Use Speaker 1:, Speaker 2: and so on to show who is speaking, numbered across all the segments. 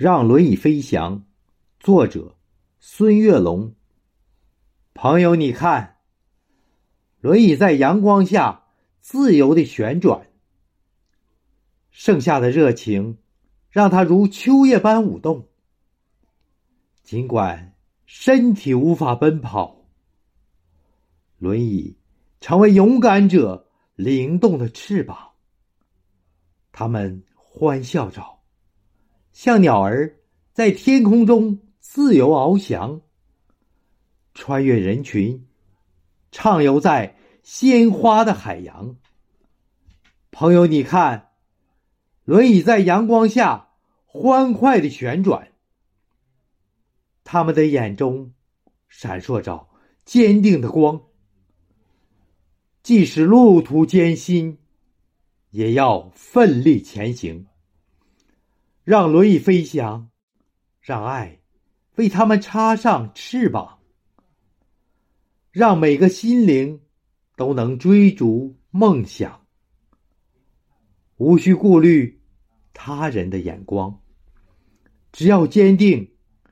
Speaker 1: 让轮椅飞翔，作者孙月龙。朋友，你看，轮椅在阳光下自由地旋转，盛夏的热情让它如秋叶般舞动。尽管身体无法奔跑，轮椅成为勇敢者灵动的翅膀。它们欢笑着，像鸟儿在天空中自由翱翔，穿越人群，畅游在鲜花的海洋。朋友，你看，轮椅在阳光下欢快地旋转，他们的眼中闪烁着坚定的光，即使路途艰辛，也要奋力前行。让轮椅飞翔，让爱为他们插上翅膀，让每个心灵都能追逐梦想，无需顾虑他人的眼光，只要坚定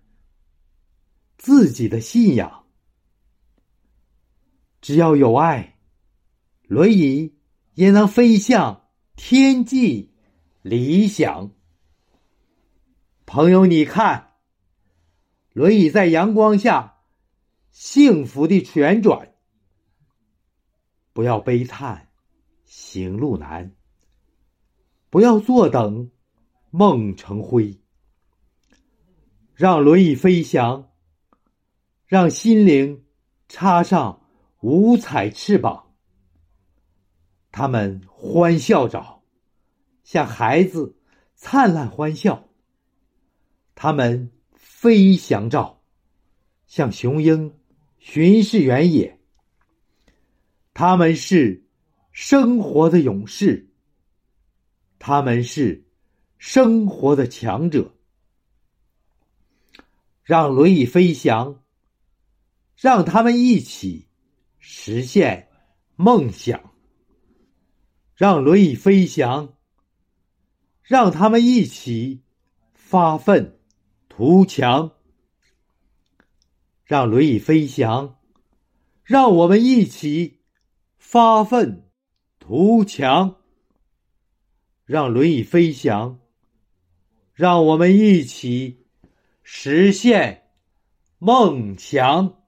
Speaker 1: 自己的信仰。只要有爱，轮椅也能飞向天际理想。朋友，你看，轮椅在阳光下幸福地旋转。不要悲叹行路难，不要坐等梦成灰。让轮椅飞翔，让心灵插上五彩翅膀。他们欢笑着，像孩子灿烂欢笑。他们飞翔着，像雄鹰巡视原野。他们是生活的勇士，他们是生活的强者。让轮椅飞翔，让他们一起实现梦想。让轮椅飞翔，让他们一起发奋图强。让轮椅飞翔，让我们一起发奋图强。让轮椅飞翔，让我们一起实现梦想。